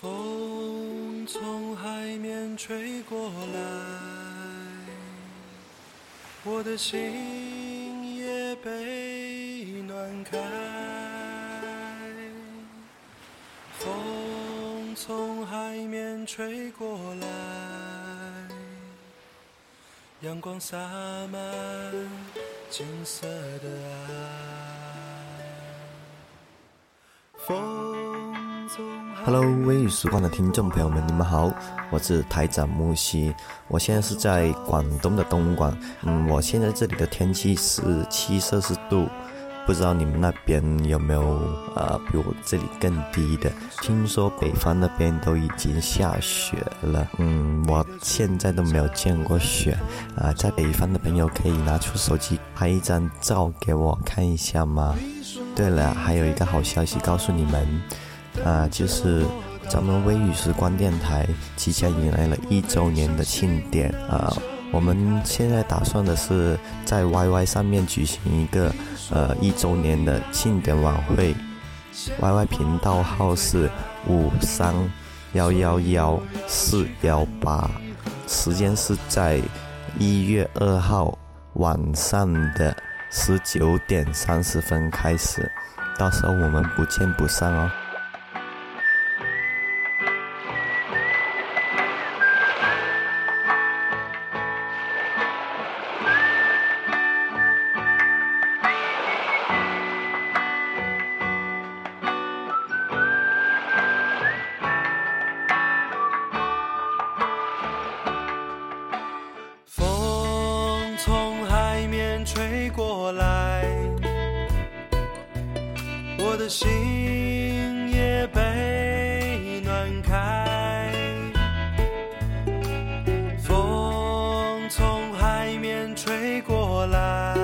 风从海面吹过来，我的心也被暖开。风从海面吹过来，阳光洒满金色的爱。 Hello， 微雨时光的听众朋友们，你们好，我是台长木西，我现在是在广东的东莞，我现在这里的天气是7摄氏度，不知道你们那边有没有比我这里更低的？听说北方那边都已经下雪了，我现在都没有见过雪在北方的朋友可以拿出手机拍一张照给我看一下吗？对了，还有一个好消息告诉你们。就是咱们微雨时光电台即将迎来了1周年的庆典我们现在打算的是在 YY 上面举行一个1周年的庆典晚会。 YY 频道号是5311418，时间是在1月2号晚上的19点30分开始，到时候我们不见不散哦。 吹过来，我的心也被暖开。风从海面吹过来，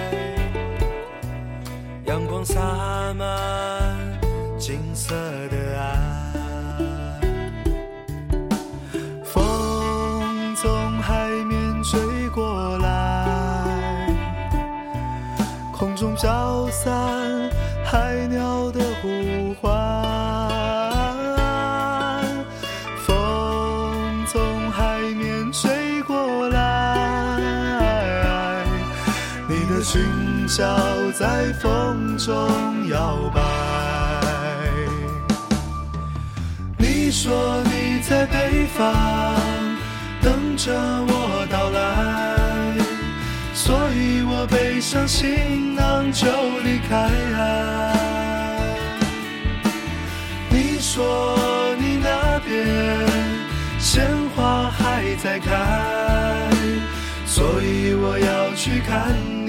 阳光洒满金色的爱。风从海面吹过来，空中飘散海鸟的呼唤。风从海面吹过来，你的裙角在风中摇摆。你说你在北方等着我到来，所以我背上行囊就离开。你说你那边鲜花还在开，所以我要去看